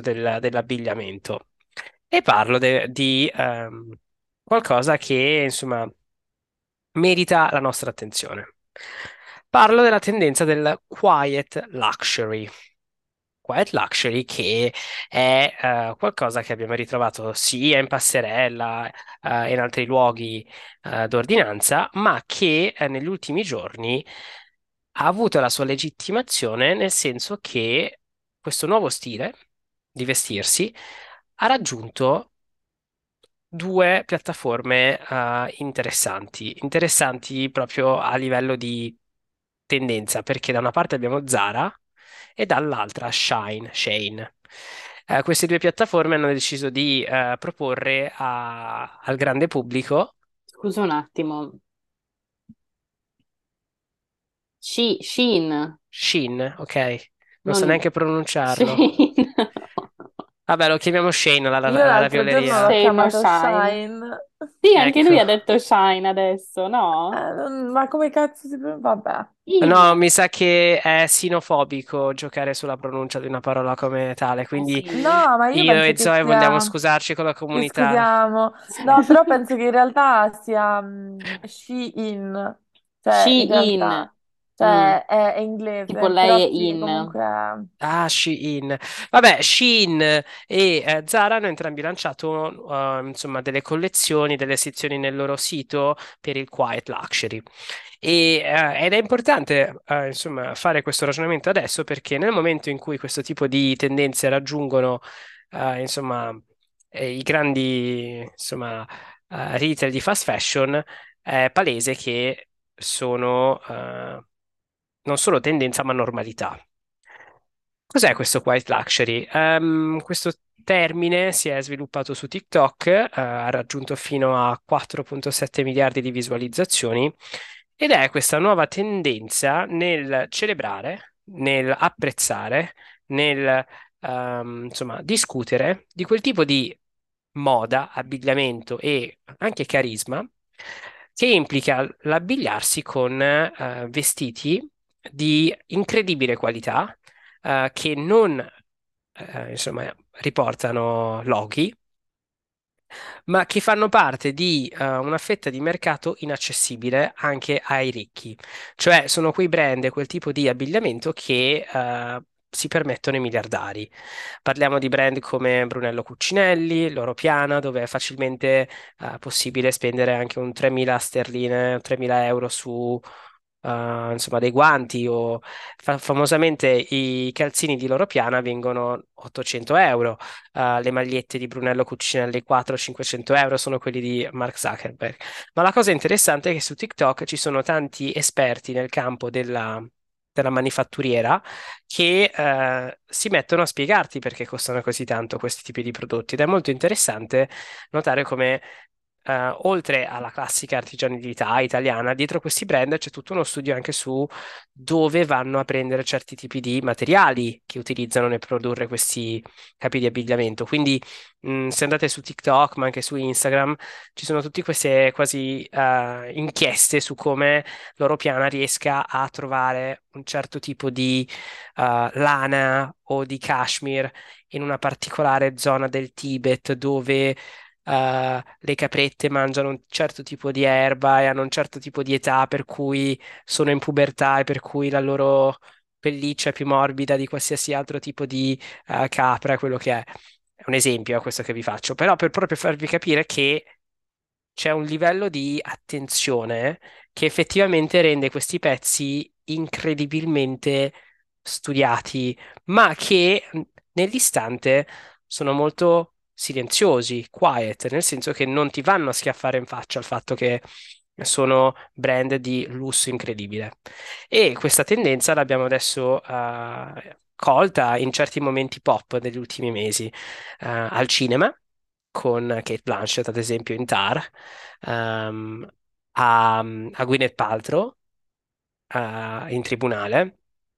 dell'abbigliamento. E parlo di qualcosa che, insomma, merita la nostra attenzione. Parlo della tendenza del quiet luxury. Quiet luxury che è qualcosa che abbiamo ritrovato sia in passerella e in altri luoghi d'ordinanza, ma che negli ultimi giorni ha avuto la sua legittimazione nel senso che questo nuovo stile di vestirsi ha raggiunto due piattaforme interessanti proprio a livello di tendenza, perché da una parte abbiamo Zara e dall'altra Shane. Queste due piattaforme hanno deciso di proporre al grande pubblico Scusa un attimo. Shein, Shein, ok? Non so non neanche pronunciarlo. Shein. Vabbè, lo chiamiamo Shane Io alla l'altro giorno l'ho ravioleria. Shane o chiamato Shine? Shine. Sì, anche lui Ecco. ha detto Shine adesso, no? Ma come cazzo si pronuncia? Vabbè. No, In. mi sa che è sinofobico giocare sulla pronuncia di una parola come tale, Ah quindi sì? No, ma io io penso e che Zoe vogliamo sia... scusarci con la Ci comunità. scusiamo. No, però penso che in realtà sia Shein. Cioè, in Shein. realtà, Mm. è Tipo inglese, lei però è sì, in. comunque... Ah, Shein. Vabbè, Shein e Zara hanno entrambi lanciato insomma, delle collezioni, delle sezioni nel loro sito per il Quiet Luxury. Ed è importante insomma, fare questo ragionamento adesso perché nel momento in cui questo tipo di tendenze raggiungono insomma, i grandi insomma, retail di fast fashion, è palese che sono non solo tendenza ma normalità. Cos'è questo white luxury? Questo termine si è sviluppato su TikTok, ha raggiunto fino a 4,7 miliardi di visualizzazioni ed è questa nuova tendenza nel celebrare, nel apprezzare, nel insomma, discutere di quel tipo di moda, abbigliamento e anche carisma che implica l'abbigliarsi con vestiti di incredibile qualità che non insomma, riportano loghi, ma che fanno parte di una fetta di mercato inaccessibile anche ai ricchi. Cioè sono quei brand e quel tipo di abbigliamento che si permettono i miliardari. Parliamo di brand come Brunello Cucinelli, Loro Piana, dove è facilmente possibile spendere anche un 3.000 sterline, 3.000 euro su insomma, dei guanti o famosamente i calzini di Loro Piana vengono 800 euro, le magliette di Brunello Cucinelli 400-500 euro sono quelli di Mark Zuckerberg. Ma la cosa interessante è che su TikTok ci sono tanti esperti nel campo della manifatturiera che si mettono a spiegarti perché costano così tanto questi tipi di prodotti ed è molto interessante notare come oltre alla classica artigianalità italiana, dietro questi brand c'è tutto uno studio anche su dove vanno a prendere certi tipi di materiali che utilizzano nel produrre questi capi di abbigliamento. Quindi, se andate su TikTok, ma anche su Instagram, ci sono tutte queste quasi inchieste su come Loro Piana riesca a trovare un certo tipo di lana o di cashmere in una particolare zona del Tibet dove le caprette mangiano un certo tipo di erba e hanno un certo tipo di età per cui sono in pubertà e per cui la loro pelliccia è più morbida di qualsiasi altro tipo di capra, quello che è. È un esempio questo che vi faccio, però per proprio farvi capire che c'è un livello di attenzione che effettivamente rende questi pezzi incredibilmente studiati, ma che nell'istante sono molto silenziosi, quiet, nel senso che non ti vanno a schiaffare in faccia il fatto che sono brand di lusso incredibile. E questa tendenza l'abbiamo adesso colta in certi momenti pop degli ultimi mesi, al cinema con Kate Blanchett, ad esempio, in Tar, ehm, a Gwyneth Paltrow in tribunale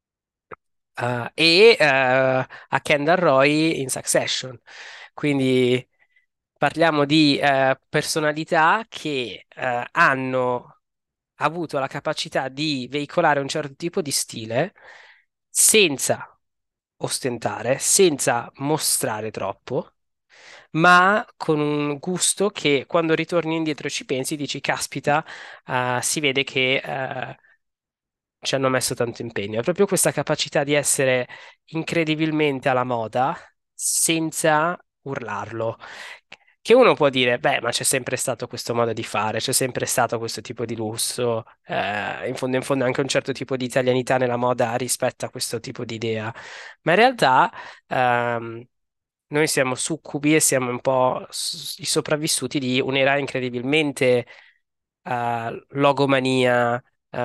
a Kendall Roy in Succession. Quindi parliamo di personalità che hanno avuto la capacità di veicolare un certo tipo di stile senza ostentare, senza mostrare troppo ma con un gusto che quando ritorni indietro e ci pensi dici, caspita, si vede che ci hanno messo tanto impegno. È proprio questa capacità di essere incredibilmente alla moda senza urlarlo. Che uno può dire, beh, ma c'è sempre stato questo modo di fare, c'è sempre stato questo tipo di lusso, in fondo anche un certo tipo di italianità nella moda rispetto a questo tipo di idea. Ma in realtà noi siamo succubi e siamo un po' i sopravvissuti di un'era incredibilmente logomania,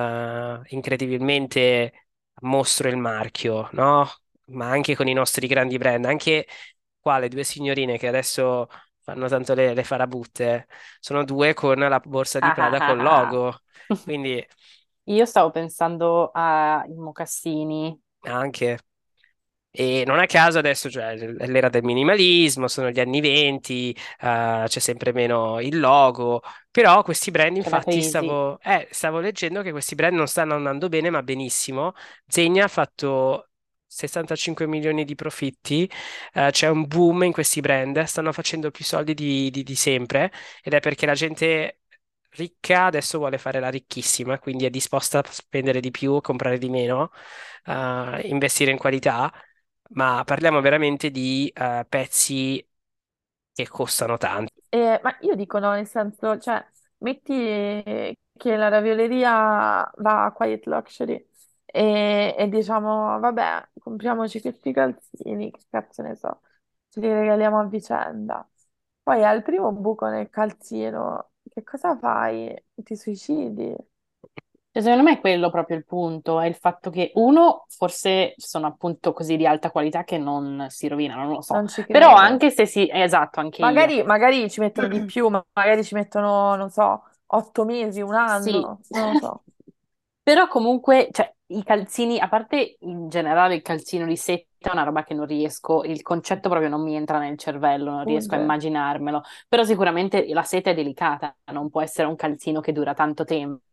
incredibilmente mostro il marchio, no? Ma anche con i nostri grandi brand, anche qua le due signorine che adesso fanno tanto le farabutte, sono due con la borsa di Ah, ah, Prada ah, col ah. logo, quindi Io stavo pensando ai mocassini. anche. E non a caso adesso, cioè, è l'era del minimalismo, sono gli anni 20, c'è sempre meno il logo, però questi brand, C'è la infatti, crisi. stavo leggendo che questi brand non stanno andando bene, ma benissimo. Zegna ha fatto 65 milioni di profitti, c'è un boom in questi brand, stanno facendo più soldi di sempre, ed è perché la gente ricca adesso vuole fare la ricchissima, quindi è disposta a spendere di più, comprare di meno, investire in qualità, ma parliamo veramente di pezzi che costano tanto. Ma io dico no, nel senso, cioè, metti che la ravioleria va a Quiet Luxury e diciamo, vabbè, compriamoci questi calzini, che cazzo ne so, ce li regaliamo a vicenda. Poi al primo buco nel calzino, che cosa fai? Ti suicidi? Cioè, secondo me è quello proprio il punto, è il fatto che uno, forse sono appunto così di alta qualità che non si rovinano, non lo so. Non ci Però credo. anche se si... esatto, anche io. Magari ci mettono di più, ma magari ci mettono, non so, 8 mesi, un Sì, anno, non lo so. però comunque, cioè, i calzini, a parte in generale il calzino di seta è una roba che non riesco, il concetto proprio non mi entra nel cervello, non riesco a Fugge. immaginarmelo, però sicuramente la seta è delicata, non può essere un calzino che dura tanto tempo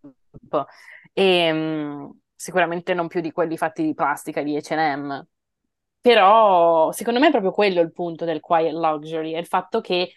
e sicuramente non più di quelli fatti di plastica di H&M. Però secondo me è proprio quello il punto del quiet luxury, è il fatto che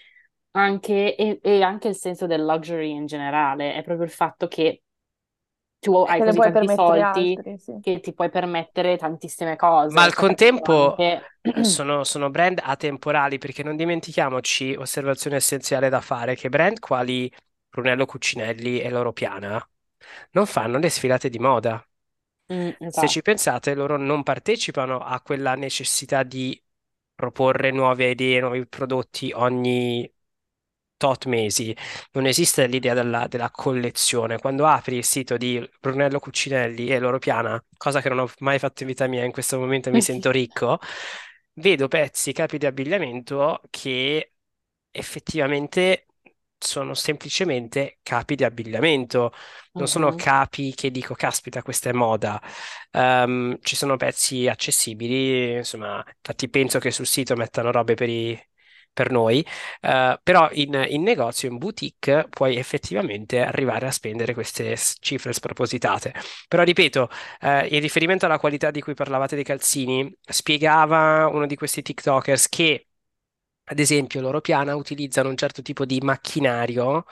e anche il senso del luxury in generale, è proprio il fatto che tu hai Te ne così puoi tanti permettere soldi altri, sì. che ti puoi permettere tantissime Ma cose, al soprattutto contempo anche... sono brand atemporali perché non dimentichiamoci, osservazione essenziale da fare, che brand quali Brunello Cucinelli e Loro Piana non fanno le sfilate di moda. Se ci esatto. pensate, loro non partecipano a quella necessità di proporre nuove idee, nuovi prodotti ogni tot mesi. Non esiste l'idea della collezione. Quando apri il sito di Brunello Cucinelli e Loro Piana, cosa che non ho mai fatto in vita mia, in questo momento mi sento ricco, vedo pezzi, capi di abbigliamento che effettivamente sono semplicemente capi di abbigliamento, non sono Mhm. capi che dico, caspita, questa è moda. Ci sono pezzi accessibili, insomma, infatti penso che sul sito mettano robe per noi, però in negozio, in boutique, puoi effettivamente arrivare a spendere queste cifre spropositate. Però ripeto, in riferimento alla qualità di cui parlavate dei calzini, spiegava uno di questi TikTokers che ad esempio, loro piana utilizzano un certo tipo di macchinario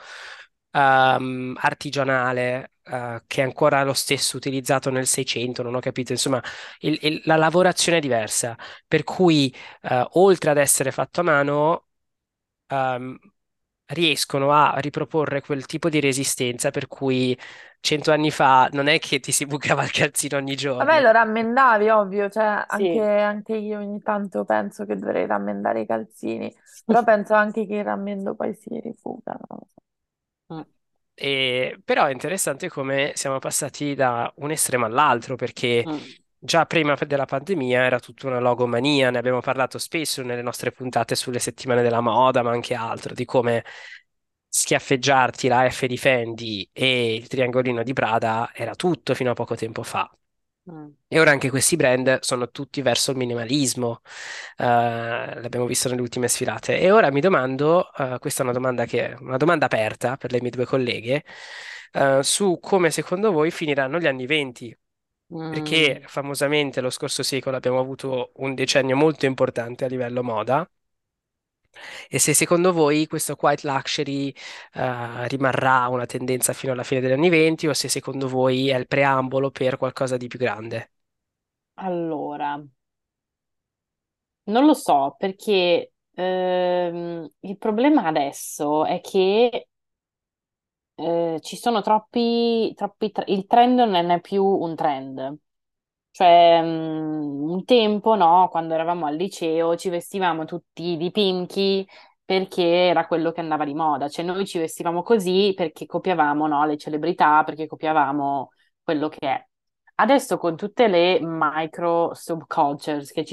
artigianale che è ancora lo stesso utilizzato nel 600, non ho capito, insomma, la lavorazione è diversa, per cui oltre ad essere fatto a mano, ehm, riescono a riproporre quel tipo di resistenza per cui 100 anni fa non è che ti si bucava il calzino ogni Vabbè, giorno. lo rammendavi, ovvio, cioè Sì. anche io ogni tanto penso che dovrei rammendare i calzini, però penso anche che il rammendo poi si rifuga, non lo so. Mm, Però è interessante come siamo passati da un estremo all'altro, perché mm. già prima della pandemia era tutta una logomania, ne abbiamo parlato spesso nelle nostre puntate sulle settimane della moda, ma anche altro, di come schiaffeggiarti la F di Fendi e il triangolino di Prada era tutto fino a poco tempo fa. Mm. E ora anche questi brand sono tutti verso il minimalismo, l'abbiamo visto nelle ultime sfilate. E ora mi domando, questa è una domanda una domanda aperta per le mie due colleghe, su come secondo voi finiranno gli anni 20, perché Mm. famosamente lo scorso secolo abbiamo avuto un decennio molto importante a livello moda E se secondo voi questo quiet luxury rimarrà una tendenza fino alla fine degli anni 20 o se secondo voi è il preambolo per qualcosa di più grande? Allora, non lo so perché il problema adesso è che ci sono il trend non è più un trend. Cioè, un tempo, no, quando eravamo al liceo, ci vestivamo tutti di pinky perché era quello che andava di moda. Cioè, noi ci vestivamo così perché copiavamo, no, le celebrità, perché copiavamo quello che è. Adesso, con tutte le micro subcultures che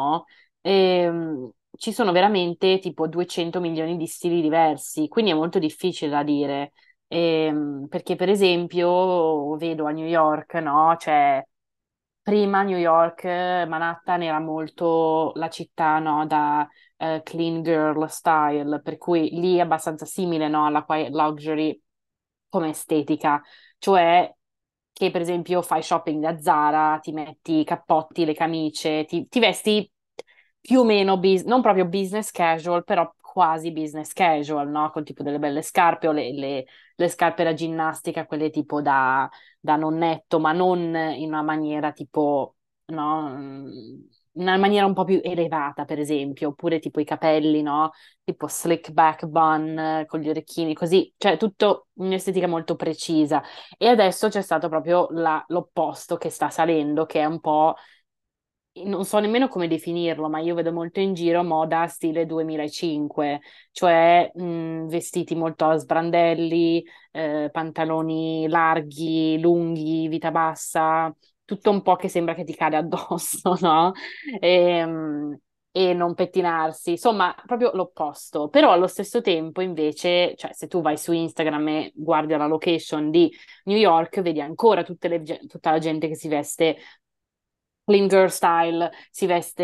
ci sono veramente tipo 200 milioni di stili diversi, quindi è molto difficile da dire. Perché, per esempio, vedo a New York, no, cioè prima New York, Manhattan era molto la città, no, da clean girl style, per cui lì è abbastanza simile, no, alla quiet luxury come estetica, cioè che per esempio fai shopping da Zara, ti metti i cappotti, le camicie, ti vesti più o meno, non proprio business casual, però quasi business casual, no? Con tipo delle belle scarpe o le scarpe da ginnastica, quelle tipo da nonnetto, ma non in una maniera tipo, no? In una maniera un po' più elevata, per esempio, oppure tipo i capelli, no? Tipo slick back bun con gli orecchini, così, cioè tutto un'estetica molto precisa. E adesso c'è stato proprio l'opposto che sta salendo, che è un po', non so nemmeno come definirlo, ma io vedo molto in giro moda stile 2005, cioè vestiti molto a sbrandelli, pantaloni larghi, lunghi, vita bassa, tutto un po' che sembra che ti cade addosso, no? Ehm, e non pettinarsi, insomma, proprio l'opposto. Però allo stesso tempo, invece, cioè, se tu vai su Instagram e guardi la location di New York, vedi ancora tutta la gente che si veste clean girl style, si veste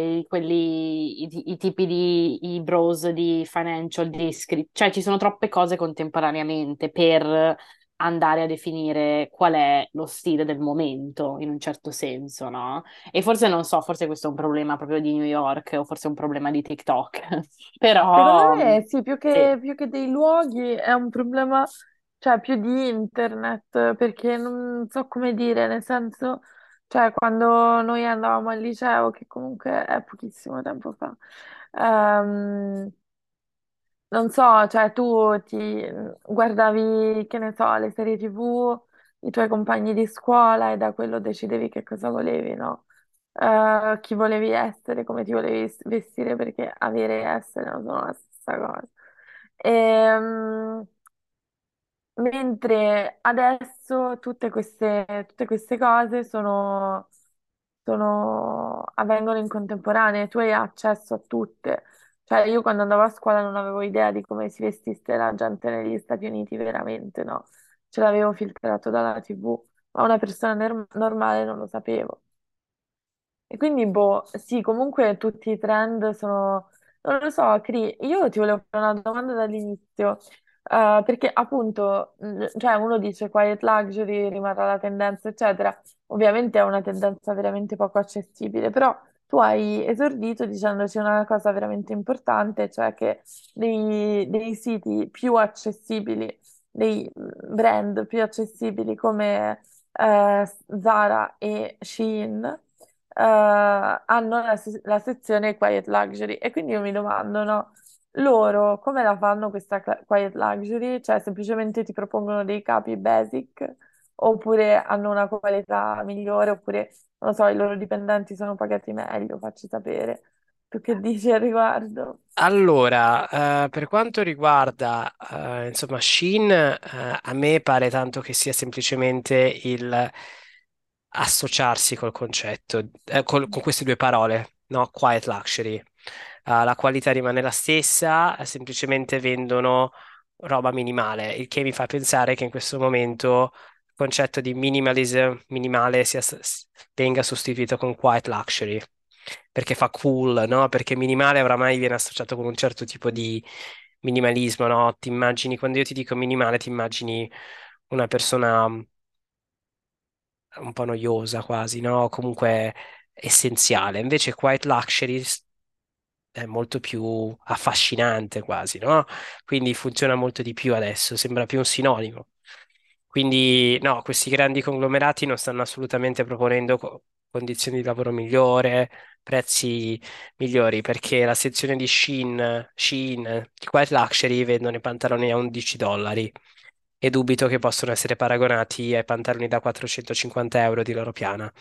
i tipi i bros di financial district, cioè ci sono troppe cose contemporaneamente per andare a definire qual è lo stile del momento, in un certo senso, no? E forse non so, forse questo è un problema proprio di New York o forse è un problema di TikTok, Secondo però me sì, più sì. che, più che dei luoghi è un problema, cioè più di internet, perché non so come dire, nel senso, cioè quando noi andavamo al liceo, che comunque è pochissimo tempo fa, ehm, non so, cioè tu ti guardavi, che ne so, le serie TV, i tuoi compagni di scuola e da quello decidevi che cosa volevi, no? Chi volevi essere, come ti volevi vestire, perché avere e essere non sono la stessa cosa. Ehm, Mentre adesso tutte queste cose avvengono in contemporanea, tu hai accesso a tutte. Cioè, io quando andavo a scuola non avevo idea di come si vestisse la gente negli Stati Uniti veramente, no? Ce l'avevo filtrato dalla TV, ma una persona normale non lo sapevo. E quindi, boh, sì, comunque tutti i trend sono, non lo so, io ti volevo fare una domanda dall'inizio, perché appunto, cioè uno dice quiet luxury, rimarrà la tendenza, eccetera, ovviamente è una tendenza veramente poco accessibile, però tu hai esordito dicendoci una cosa veramente importante, cioè che dei siti più accessibili, dei brand più accessibili come Zara e Shein, hanno la sezione Quiet Luxury e quindi io mi domando, no, loro come la fanno questa Quiet Luxury? Cioè semplicemente ti propongono dei capi basic oppure hanno una qualità migliore oppure, non lo so, i loro dipendenti sono pagati meglio, facci sapere. Tu che dici al riguardo? Allora, per quanto riguarda, insomma, Shein, a me pare tanto che sia semplicemente il associarsi col concetto, con queste due parole, no? Quiet luxury. La qualità rimane la stessa, semplicemente vendono roba minimale, il che mi fa pensare che in questo momento il concetto di minimalism, minimale venga sostituito con quiet luxury, perché fa cool, no? Perché minimale oramai viene associato con un certo tipo di minimalismo, no? Ti immagini, quando io ti dico minimale, ti immagini una persona un po' noiosa quasi, no? Comunque essenziale. Invece Quiet Luxury è molto più affascinante quasi, no? Quindi funziona molto di più adesso, sembra più un sinonimo. Quindi no, questi grandi conglomerati non stanno assolutamente proponendo condizioni di lavoro migliore, prezzi migliori, perché la sezione di Shein, di Quiet Luxury vendono i pantaloni a $11 e dubito che possano essere paragonati ai pantaloni da 450 euro di loro piana.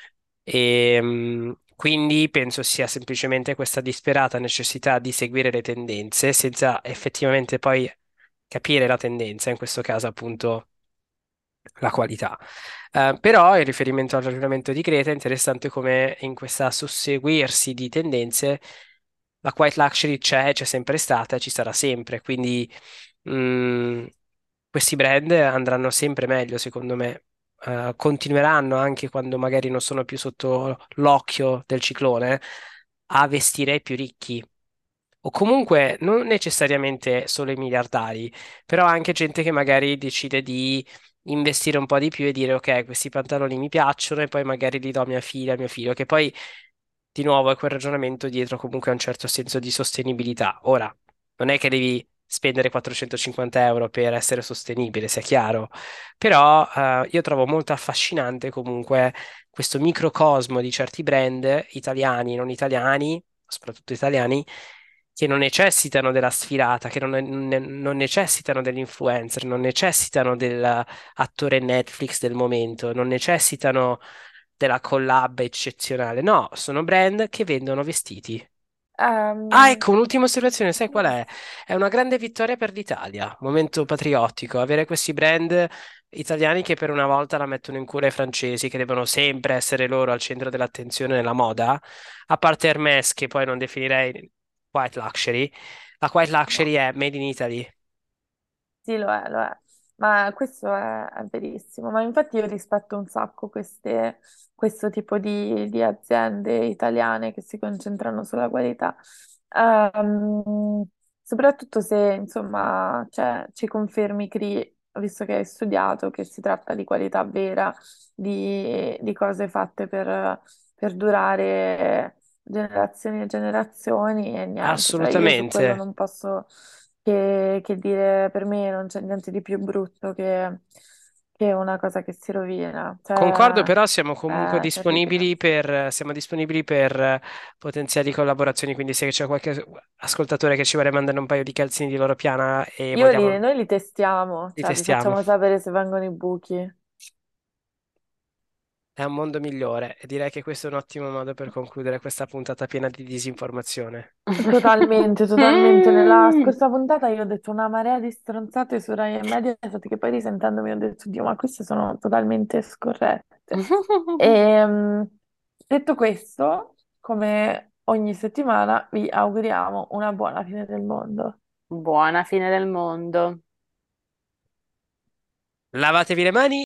Quindi penso sia semplicemente questa disperata necessità di seguire le tendenze senza effettivamente poi capire la tendenza, in questo caso appunto la qualità. Però in riferimento al ragionamento di Greta è interessante come in questa susseguirsi di tendenze la Quiet Luxury c'è sempre stata e ci sarà sempre, quindi mh, questi brand andranno sempre meglio secondo me. Continueranno anche quando magari non sono più sotto l'occhio del ciclone a vestire i più ricchi. O comunque non necessariamente solo i miliardari, però anche gente che magari decide di investire un po' di più e dire ok, questi pantaloni mi piacciono e poi magari li do a mia figlia, a mio figlio, che poi di nuovo è quel ragionamento dietro comunque a un certo senso di sostenibilità. Ora, non è che devi spendere 450 euro per essere sostenibile, sia chiaro, però io trovo molto affascinante comunque questo microcosmo di certi brand italiani, non italiani, soprattutto italiani, che non necessitano della sfilata, che non necessitano dell'influencer, non necessitano dell'attore Netflix del momento, non necessitano della collab eccezionale. No, sono brand che vendono vestiti. Ah, Ehm, ecco, un'ultima osservazione, sai qual è? È una grande vittoria per l'Italia, momento patriottico, avere questi brand italiani che per una volta la mettono in culo ai francesi, che devono sempre essere loro al centro dell'attenzione nella moda, a parte Hermès, che poi non definirei White Luxury, la White Luxury no. è Made in Italy. Sì, lo è, lo è. Ma questo è verissimo. Ma infatti io rispetto un sacco questo tipo di aziende italiane che si concentrano sulla qualità. Ehm, Soprattutto se, insomma, cioè, ci confermi, Cri, visto che hai studiato, che si tratta di qualità vera, di cose fatte per durare generazioni e generazioni e niente. Cioè, io su quello Assolutamente. non posso che dire per me non c'è niente di più brutto che una cosa che si rovina. Concordo, Cioè, però siamo comunque è terribile. siamo disponibili per potenziali collaborazioni, quindi se c'è qualche ascoltatore che ci vuole mandare un paio di calzini di loro piana e Noi li testiamo, li cioè vi testiamo. facciamo sapere se vengono i buchi. È un mondo migliore e direi che questo è un ottimo modo per concludere questa puntata piena di disinformazione. Totalmente, totalmente. Nella scorsa puntata io ho detto una marea di stronzate su Rai e Mediaset che poi risentendomi ho detto, Dio, ma queste sono totalmente scorrette. Detto questo, come ogni settimana, vi auguriamo una buona fine del mondo. Buona fine del mondo. Lavatevi le mani